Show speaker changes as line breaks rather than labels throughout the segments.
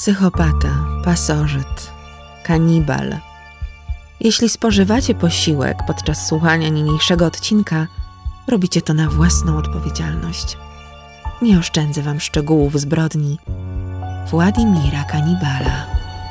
psychopata, pasożyt, kanibal. Jeśli spożywacie posiłek podczas słuchania niniejszego odcinka, robicie to na własną odpowiedzialność. Nie oszczędzę wam szczegółów zbrodni Władimira Kanibala.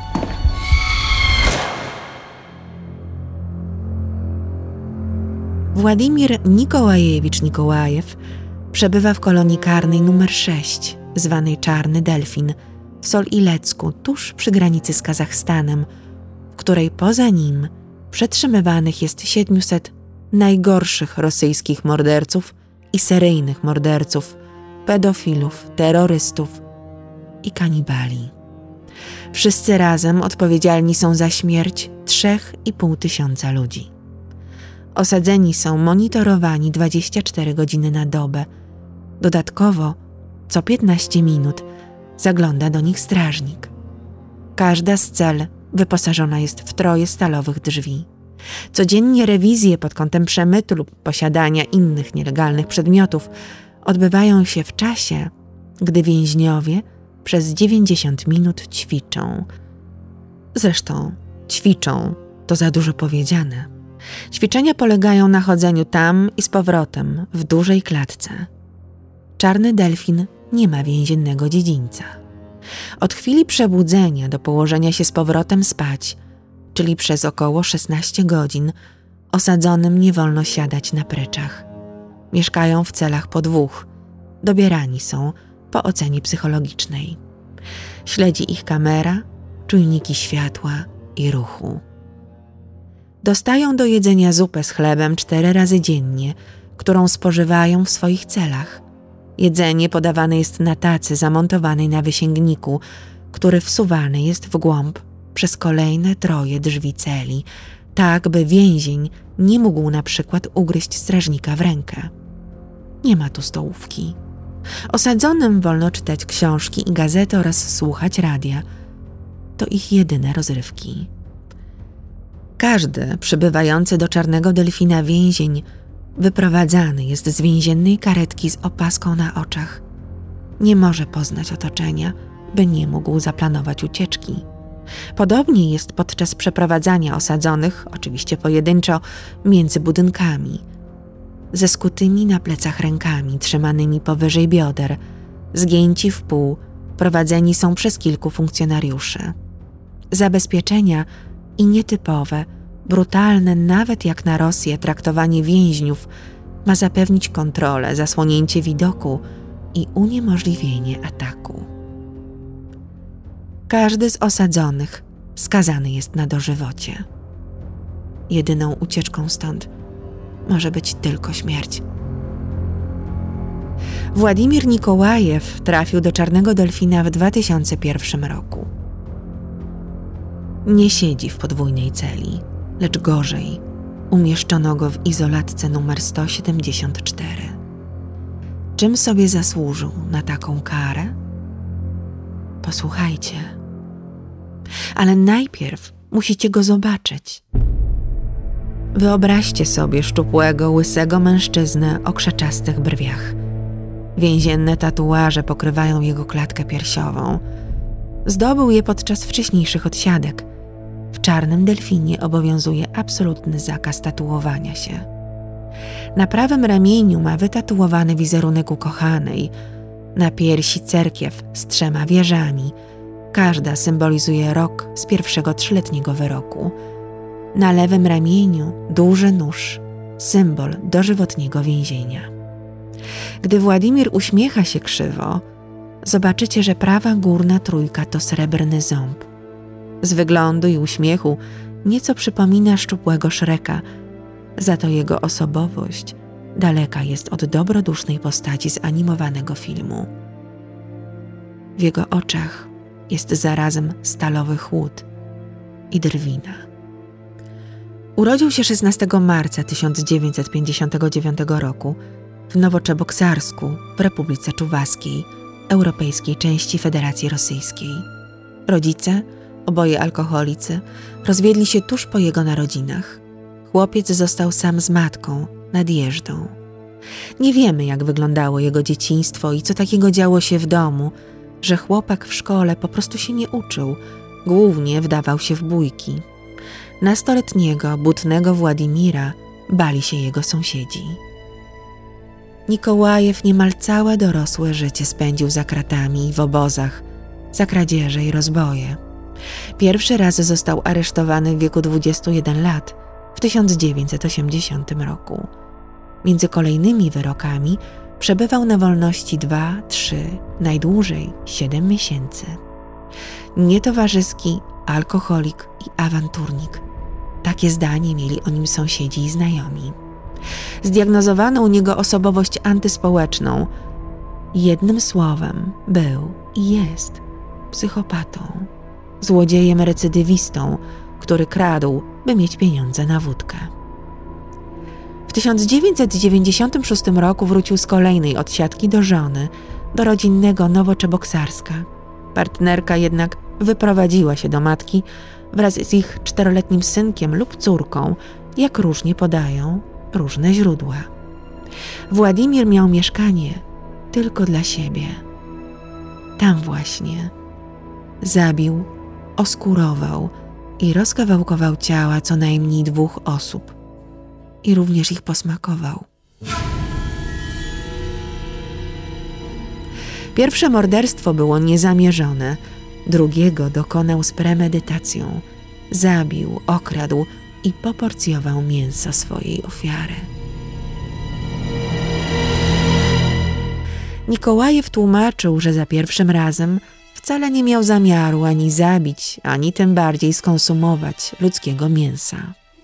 Władimir Nikołajewicz Nikołajew przebywa w kolonii karnej nr 6, zwanej Czarny Delfin, w Sol-Ilecku, tuż przy granicy z Kazachstanem, w której poza nim przetrzymywanych jest 700 najgorszych rosyjskich morderców i seryjnych morderców, pedofilów, terrorystów i kanibali. Wszyscy razem odpowiedzialni są za śmierć 3,5 tysiąca ludzi. Osadzeni są monitorowani 24 godziny na dobę. Dodatkowo co 15 minut zagląda do nich strażnik. Każda z cel wyposażona jest w 3 stalowych drzwi. Codziennie rewizje pod kątem przemytu lub posiadania innych nielegalnych przedmiotów odbywają się w czasie, gdy więźniowie przez 90 minut ćwiczą. Zresztą ćwiczą to za dużo powiedziane. Ćwiczenia polegają na chodzeniu tam i z powrotem w dużej klatce. Czarny Delfin nie ma więziennego dziedzińca. Od chwili przebudzenia do położenia się z powrotem spać, czyli przez około 16 godzin, osadzonym nie wolno siadać na pryczach. Mieszkają w celach po 2. Dobierani są po ocenie psychologicznej. Śledzi ich kamera, czujniki światła i ruchu. Dostają do jedzenia zupę z chlebem 4 razy dziennie, którą spożywają w swoich celach. Jedzenie podawane jest na tacy zamontowanej na wysięgniku, który wsuwany jest w głąb przez kolejne 3 drzwi celi, tak by więzień nie mógł na przykład ugryźć strażnika w rękę. Nie ma tu stołówki. Osadzonym wolno czytać książki i gazety oraz słuchać radia. To ich jedyne rozrywki. Każdy przybywający do Czarnego Delfina więzień wyprowadzany jest z więziennej karetki z opaską na oczach. Nie może poznać otoczenia, by nie mógł zaplanować ucieczki. Podobnie jest podczas przeprowadzania osadzonych, oczywiście pojedynczo, między budynkami. Ze skutymi na plecach rękami trzymanymi powyżej bioder, zgięci w pół, prowadzeni są przez kilku funkcjonariuszy. Zabezpieczenia i nietypowe, brutalne nawet jak na Rosję traktowanie więźniów ma zapewnić kontrolę, zasłonięcie widoku i uniemożliwienie ataku. Każdy z osadzonych skazany jest na dożywocie. Jedyną ucieczką stąd może być tylko śmierć. Władimir Nikołajew trafił do Czarnego Delfina w 2001 roku. Nie siedzi w podwójnej celi, lecz gorzej, umieszczono go w izolatce numer 174. Czym sobie zasłużył na taką karę? Posłuchajcie. Ale najpierw musicie go zobaczyć. Wyobraźcie sobie szczupłego, łysego mężczyznę o krzaczastych brwiach. Więzienne tatuaże pokrywają jego klatkę piersiową. Zdobył je podczas wcześniejszych odsiadek. W Czarnym Delfinie obowiązuje absolutny zakaz tatuowania się. Na prawym ramieniu ma wytatuowany wizerunek ukochanej, na piersi cerkiew z 3 wieżami. Każda symbolizuje rok z pierwszego 3-letniego wyroku. Na lewym ramieniu duży nóż, symbol dożywotniego więzienia. Gdy Władimir uśmiecha się krzywo, zobaczycie, że prawa górna trójka to srebrny ząb. Z wyglądu i uśmiechu nieco przypomina szczupłego Szreka, za to jego osobowość daleka jest od dobrodusznej postaci z animowanego filmu. W jego oczach jest zarazem stalowy chłód i drwina. Urodził się 16 marca 1959 roku w Nowoczeboksarsku w Republice Czuwaskiej, europejskiej części Federacji Rosyjskiej. Rodzice, oboje alkoholicy, rozwiedli się tuż po jego narodzinach. Chłopiec został sam z matką, nadjeżdą. Nie wiemy, jak wyglądało jego dzieciństwo i co takiego działo się w domu, że chłopak w szkole po prostu się nie uczył, głównie wdawał się w bójki. Nastoletniego, butnego Władimira bali się jego sąsiedzi. Nikołajew niemal całe dorosłe życie spędził za kratami i w obozach, za kradzieże i rozboje. Pierwszy raz został aresztowany w wieku 21 lat w 1980 roku. Między kolejnymi wyrokami przebywał na wolności 2, 3, najdłużej 7 miesięcy. Nietowarzyski, alkoholik i awanturnik. Takie zdanie mieli o nim sąsiedzi i znajomi. Zdiagnozowano u niego osobowość antyspołeczną. Jednym słowem, był i jest psychopatą, złodziejem recydywistą, który kradł, by mieć pieniądze na wódkę. W 1996 roku wrócił z kolejnej odsiadki do żony, do rodzinnego Nowoczebokserska. Partnerka jednak wyprowadziła się do matki wraz z ich 4-letnim synkiem lub córką, jak różnie podają różne źródła. Władimir miał mieszkanie tylko dla siebie. Tam właśnie zabił, oskurował i rozkawałkował ciała co najmniej 2 osób i również ich posmakował. Pierwsze morderstwo było niezamierzone, drugiego dokonał z premedytacją. Zabił, okradł i poporcjował mięso swojej ofiary. Nikołajew tłumaczył, że za pierwszym razem wcale nie miał zamiaru ani zabić, ani tym bardziej skonsumować ludzkiego mięsa.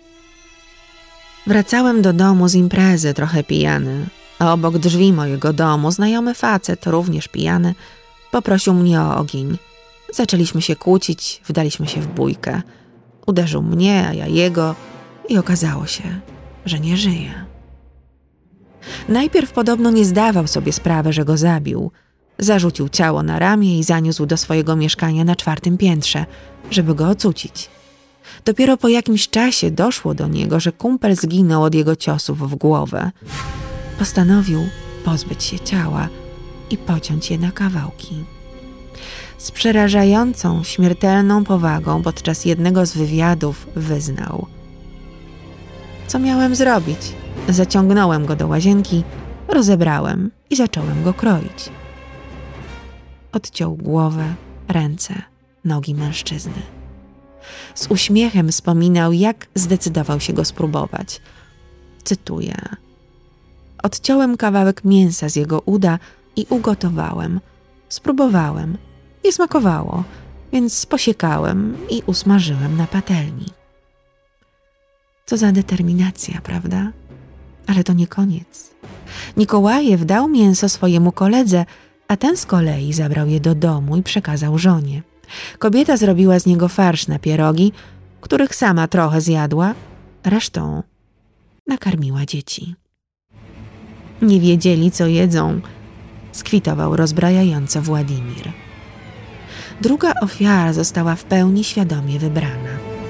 Wracałem do domu z imprezy trochę pijany, a obok drzwi mojego domu znajomy facet, również pijany, poprosił mnie o ogień. Zaczęliśmy się kłócić, wdaliśmy się w bójkę. Uderzył mnie, a ja jego i okazało się, że nie żyje. Najpierw podobno nie zdawał sobie sprawy, że go zabił. Zarzucił ciało na ramię i zaniósł do swojego mieszkania na 4. piętrze, żeby go ocucić. Dopiero po jakimś czasie doszło do niego, że kumpel zginął od jego ciosów w głowę. Postanowił pozbyć się ciała i pociąć je na kawałki. Z przerażającą, śmiertelną powagą podczas jednego z wywiadów wyznał: co miałem zrobić? Zaciągnąłem go do łazienki, rozebrałem i zacząłem go kroić. Odciął głowę, ręce, nogi mężczyzny. Z uśmiechem wspominał, jak zdecydował się go spróbować. Cytuję: odciąłem kawałek mięsa z jego uda i ugotowałem. Spróbowałem. Nie smakowało, więc posiekałem i usmażyłem na patelni. Co za determinacja, prawda? Ale to nie koniec. Nikołajew dał mięso swojemu koledze, a ten z kolei zabrał je do domu i przekazał żonie. Kobieta zrobiła z niego farsz na pierogi, których sama trochę zjadła, resztą nakarmiła dzieci. Nie wiedzieli, co jedzą, skwitował rozbrajająco Władimir. Druga ofiara została w pełni świadomie wybrana.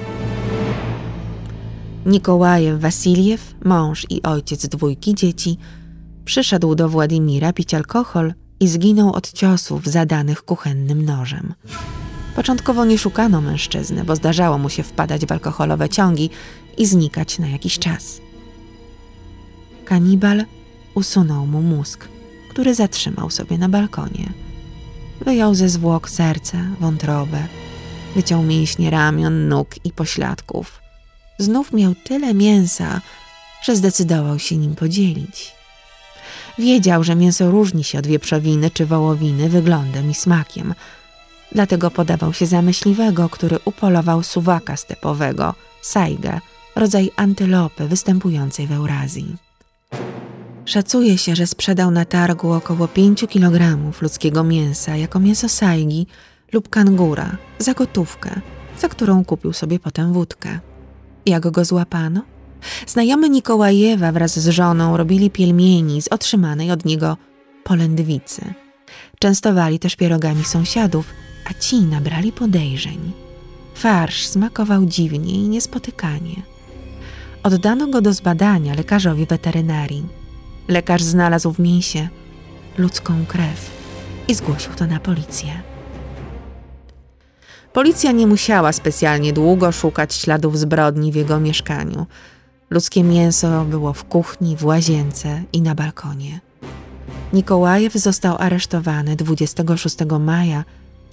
Nikołajew Wasiljew, mąż i ojciec 2 dzieci, przyszedł do Władimira pić alkohol i zginął od ciosów zadanych kuchennym nożem. Początkowo nie szukano mężczyzny, bo zdarzało mu się wpadać w alkoholowe ciągi i znikać na jakiś czas. Kanibal usunął mu mózg, który zatrzymał sobie na balkonie. Wyjął ze zwłok serce, wątrobę, wyciął mięśnie ramion, nóg i pośladków. Znów miał tyle mięsa, że zdecydował się nim podzielić. Wiedział, że mięso różni się od wieprzowiny czy wołowiny wyglądem i smakiem. Dlatego podawał się za myśliwego, który upolował suwaka stepowego, saigę, rodzaj antylopy występującej w Eurazji. Szacuje się, że sprzedał na targu około 5 kg ludzkiego mięsa jako mięso saigi lub kangura za gotówkę, za którą kupił sobie potem wódkę. Jak go złapano? Znajomy Nikołajewa wraz z żoną robili pielmieni z otrzymanej od niego polędwicy. Częstowali też pierogami sąsiadów, a ci nabrali podejrzeń. Farsz smakował dziwnie i niespotykanie. Oddano go do zbadania lekarzowi weterynarii. Lekarz znalazł w mięsie ludzką krew i zgłosił to na policję. Policja nie musiała specjalnie długo szukać śladów zbrodni w jego mieszkaniu. Ludzkie mięso było w kuchni, w łazience i na balkonie. Nikołajew został aresztowany 26 maja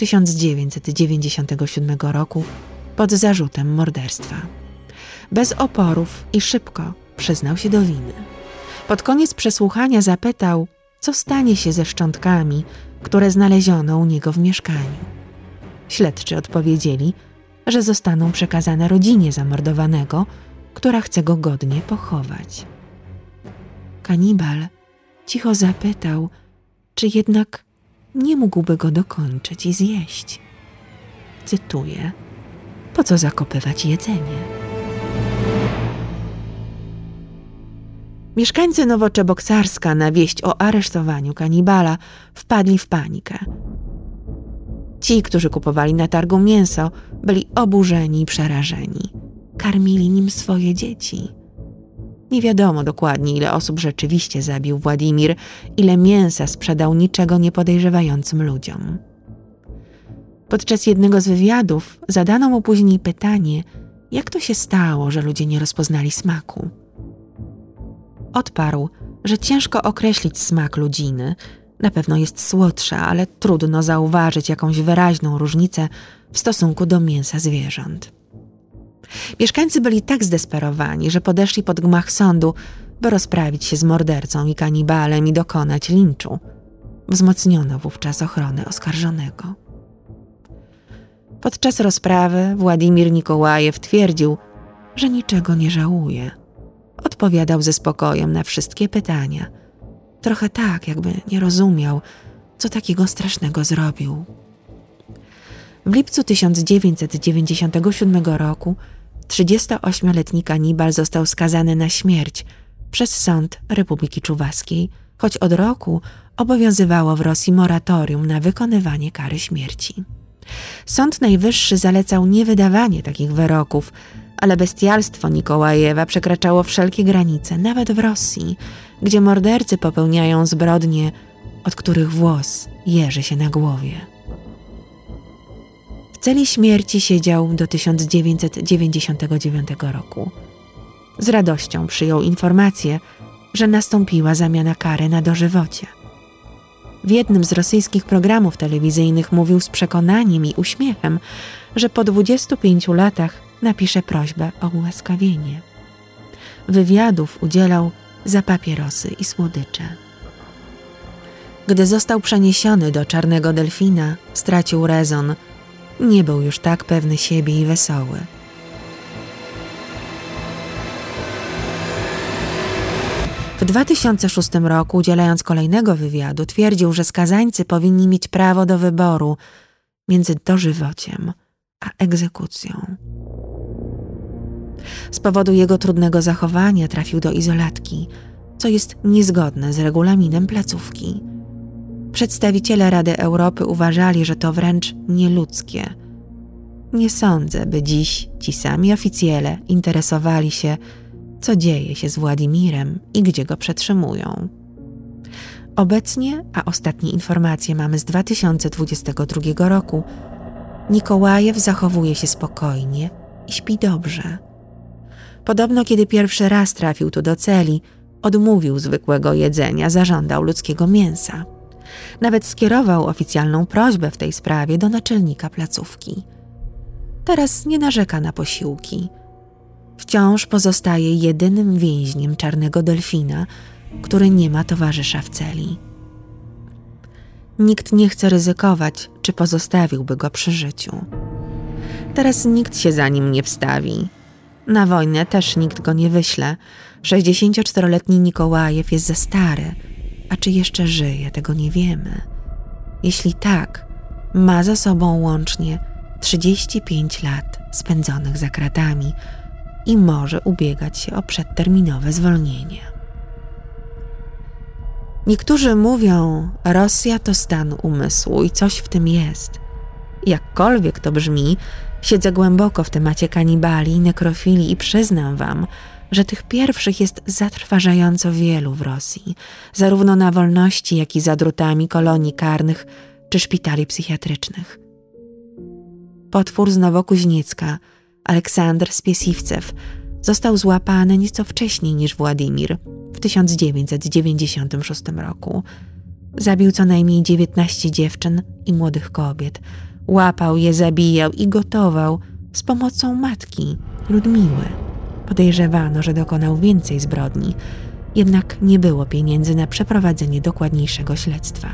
1997 roku pod zarzutem morderstwa. Bez oporów i szybko przyznał się do winy. Pod koniec przesłuchania zapytał, co stanie się ze szczątkami, które znaleziono u niego w mieszkaniu. Śledczy odpowiedzieli, że zostaną przekazane rodzinie zamordowanego, która chce go godnie pochować. Kanibal cicho zapytał, czy jednak nie mógłby go dokończyć i zjeść. Cytuję: po co zakopywać jedzenie? Mieszkańcy Nowoczeboksarska na wieść o aresztowaniu kanibala wpadli w panikę. Ci, którzy kupowali na targu mięso, byli oburzeni i przerażeni. Karmili nim swoje dzieci. Nie wiadomo dokładnie, ile osób rzeczywiście zabił Władimir, ile mięsa sprzedał niczego nie podejrzewającym ludziom. Podczas jednego z wywiadów zadano mu później pytanie, jak to się stało, że ludzie nie rozpoznali smaku. Odparł, że ciężko określić smak ludziny. Na pewno jest słodsza, ale trudno zauważyć jakąś wyraźną różnicę w stosunku do mięsa zwierząt. Mieszkańcy byli tak zdesperowani, że podeszli pod gmach sądu, by rozprawić się z mordercą i kanibalem i dokonać linczu. Wzmocniono wówczas ochronę oskarżonego. Podczas rozprawy Władimir Nikołajew twierdził, że niczego nie żałuje. Odpowiadał ze spokojem na wszystkie pytania. Trochę tak, jakby nie rozumiał, co takiego strasznego zrobił. W lipcu 1997 roku 38-letni kanibal został skazany na śmierć przez Sąd Republiki Czuwaskiej, choć od roku obowiązywało w Rosji moratorium na wykonywanie kary śmierci. Sąd Najwyższy zalecał niewydawanie takich wyroków, ale bestialstwo Nikołajewa przekraczało wszelkie granice, nawet w Rosji, gdzie mordercy popełniają zbrodnie, od których włos jeży się na głowie. W celi śmierci siedział do 1999 roku. Z radością przyjął informację, że nastąpiła zamiana kary na dożywocie. W jednym z rosyjskich programów telewizyjnych mówił z przekonaniem i uśmiechem, że po 25 latach napisze prośbę o ułaskawienie. Wywiadów udzielał za papierosy i słodycze. Gdy został przeniesiony do Czarnego Delfina, stracił rezon. Nie był już tak pewny siebie i wesoły. W 2006 roku, udzielając kolejnego wywiadu, twierdził, że skazańcy powinni mieć prawo do wyboru między dożywociem a egzekucją. Z powodu jego trudnego zachowania trafił do izolatki, co jest niezgodne z regulaminem placówki. Przedstawiciele Rady Europy uważali, że to wręcz nieludzkie. Nie sądzę, by dziś ci sami oficjele interesowali się, co dzieje się z Władimirem i gdzie go przetrzymują. Obecnie, a ostatnie informacje mamy z 2022 roku, Nikołajew zachowuje się spokojnie i śpi dobrze. Podobno, kiedy pierwszy raz trafił tu do celi, odmówił zwykłego jedzenia, zażądał ludzkiego mięsa. Nawet skierował oficjalną prośbę w tej sprawie do naczelnika placówki. Teraz nie narzeka na posiłki. Wciąż pozostaje jedynym więźniem Czarnego Delfina, który nie ma towarzysza w celi. Nikt nie chce ryzykować, czy pozostawiłby go przy życiu. Teraz nikt się za nim nie wstawi. Na wojnę też nikt go nie wyśle. 64-letni Nikołajew jest za stary, a czy jeszcze żyje, tego nie wiemy. Jeśli tak, ma za sobą łącznie 35 lat spędzonych za kratami i może ubiegać się o przedterminowe zwolnienie. Niektórzy mówią, Rosja to stan umysłu i coś w tym jest. Jakkolwiek to brzmi, siedzę głęboko w temacie kanibali i nekrofilii i przyznam wam, że tych pierwszych jest zatrważająco wielu w Rosji, zarówno na wolności, jak i za drutami kolonii karnych czy szpitali psychiatrycznych. Potwór z Nowokuźniecka, Aleksander Spiesiwcew, został złapany nieco wcześniej niż Władimir, w 1996 roku. Zabił co najmniej 19 dziewczyn i młodych kobiet. Łapał je, zabijał i gotował z pomocą matki, Ludmiły. Podejrzewano, że dokonał więcej zbrodni, jednak nie było pieniędzy na przeprowadzenie dokładniejszego śledztwa.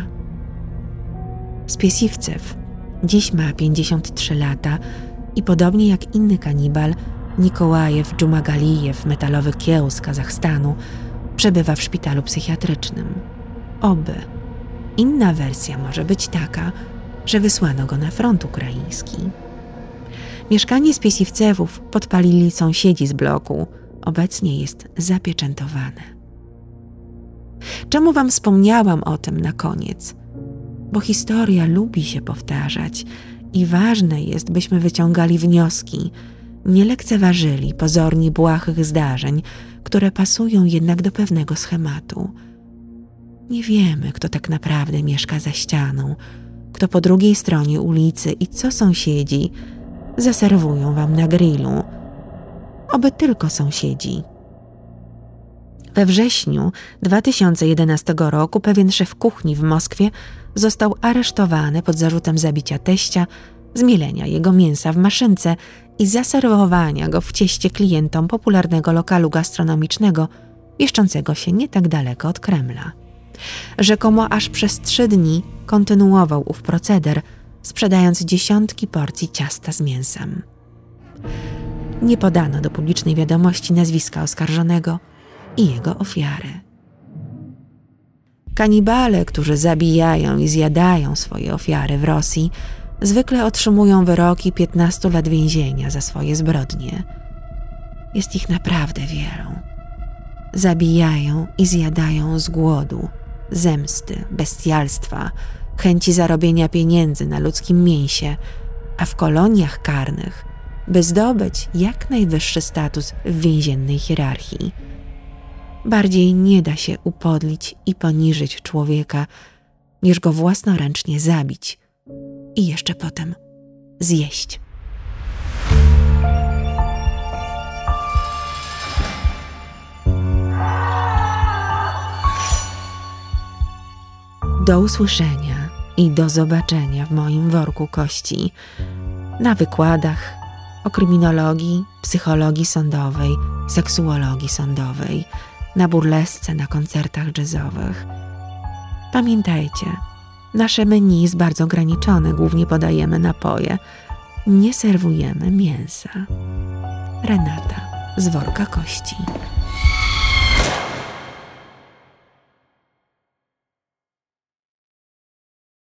Spiesiwcew dziś ma 53 lata i podobnie jak inny kanibal, Nikołajew Dżumagalijew, metalowy kieł z Kazachstanu, przebywa w szpitalu psychiatrycznym. Oby. Inna wersja może być taka, że wysłano go na front ukraiński. Mieszkanie Spiesiwcewów podpalili sąsiedzi z bloku. Obecnie jest zapieczętowane. Czemu wam wspomniałam o tym na koniec? Bo historia lubi się powtarzać i ważne jest, byśmy wyciągali wnioski, nie lekceważyli pozornie błahych zdarzeń, które pasują jednak do pewnego schematu. Nie wiemy, kto tak naprawdę mieszka za ścianą, kto po drugiej stronie ulicy i co sąsiedzi zaserwują wam na grillu. Oby tylko sąsiedzi. We wrześniu 2011 roku pewien szef kuchni w Moskwie został aresztowany pod zarzutem zabicia teścia, zmielenia jego mięsa w maszynce i zaserwowania go w cieście klientom popularnego lokalu gastronomicznego mieszczącego się nie tak daleko od Kremla. Rzekomo aż przez 3 dni kontynuował ów proceder, sprzedając dziesiątki porcji ciasta z mięsem. Nie podano do publicznej wiadomości nazwiska oskarżonego i jego ofiary. Kanibale, którzy zabijają i zjadają swoje ofiary w Rosji, zwykle otrzymują wyroki 15 lat więzienia za swoje zbrodnie. Jest ich naprawdę wielu. Zabijają i zjadają z głodu, zemsty, bestialstwa, chęci zarobienia pieniędzy na ludzkim mięsie, a w koloniach karnych, by zdobyć jak najwyższy status w więziennej hierarchii. Bardziej nie da się upodlić i poniżyć człowieka, niż go własnoręcznie zabić i jeszcze potem zjeść. Do usłyszenia i do zobaczenia w moim worku kości, na wykładach o kryminologii, psychologii sądowej, seksuologii sądowej, na burlesce, na koncertach jazzowych. Pamiętajcie, nasze menu jest bardzo ograniczone, głównie podajemy napoje. Nie serwujemy mięsa. Renata z worka kości.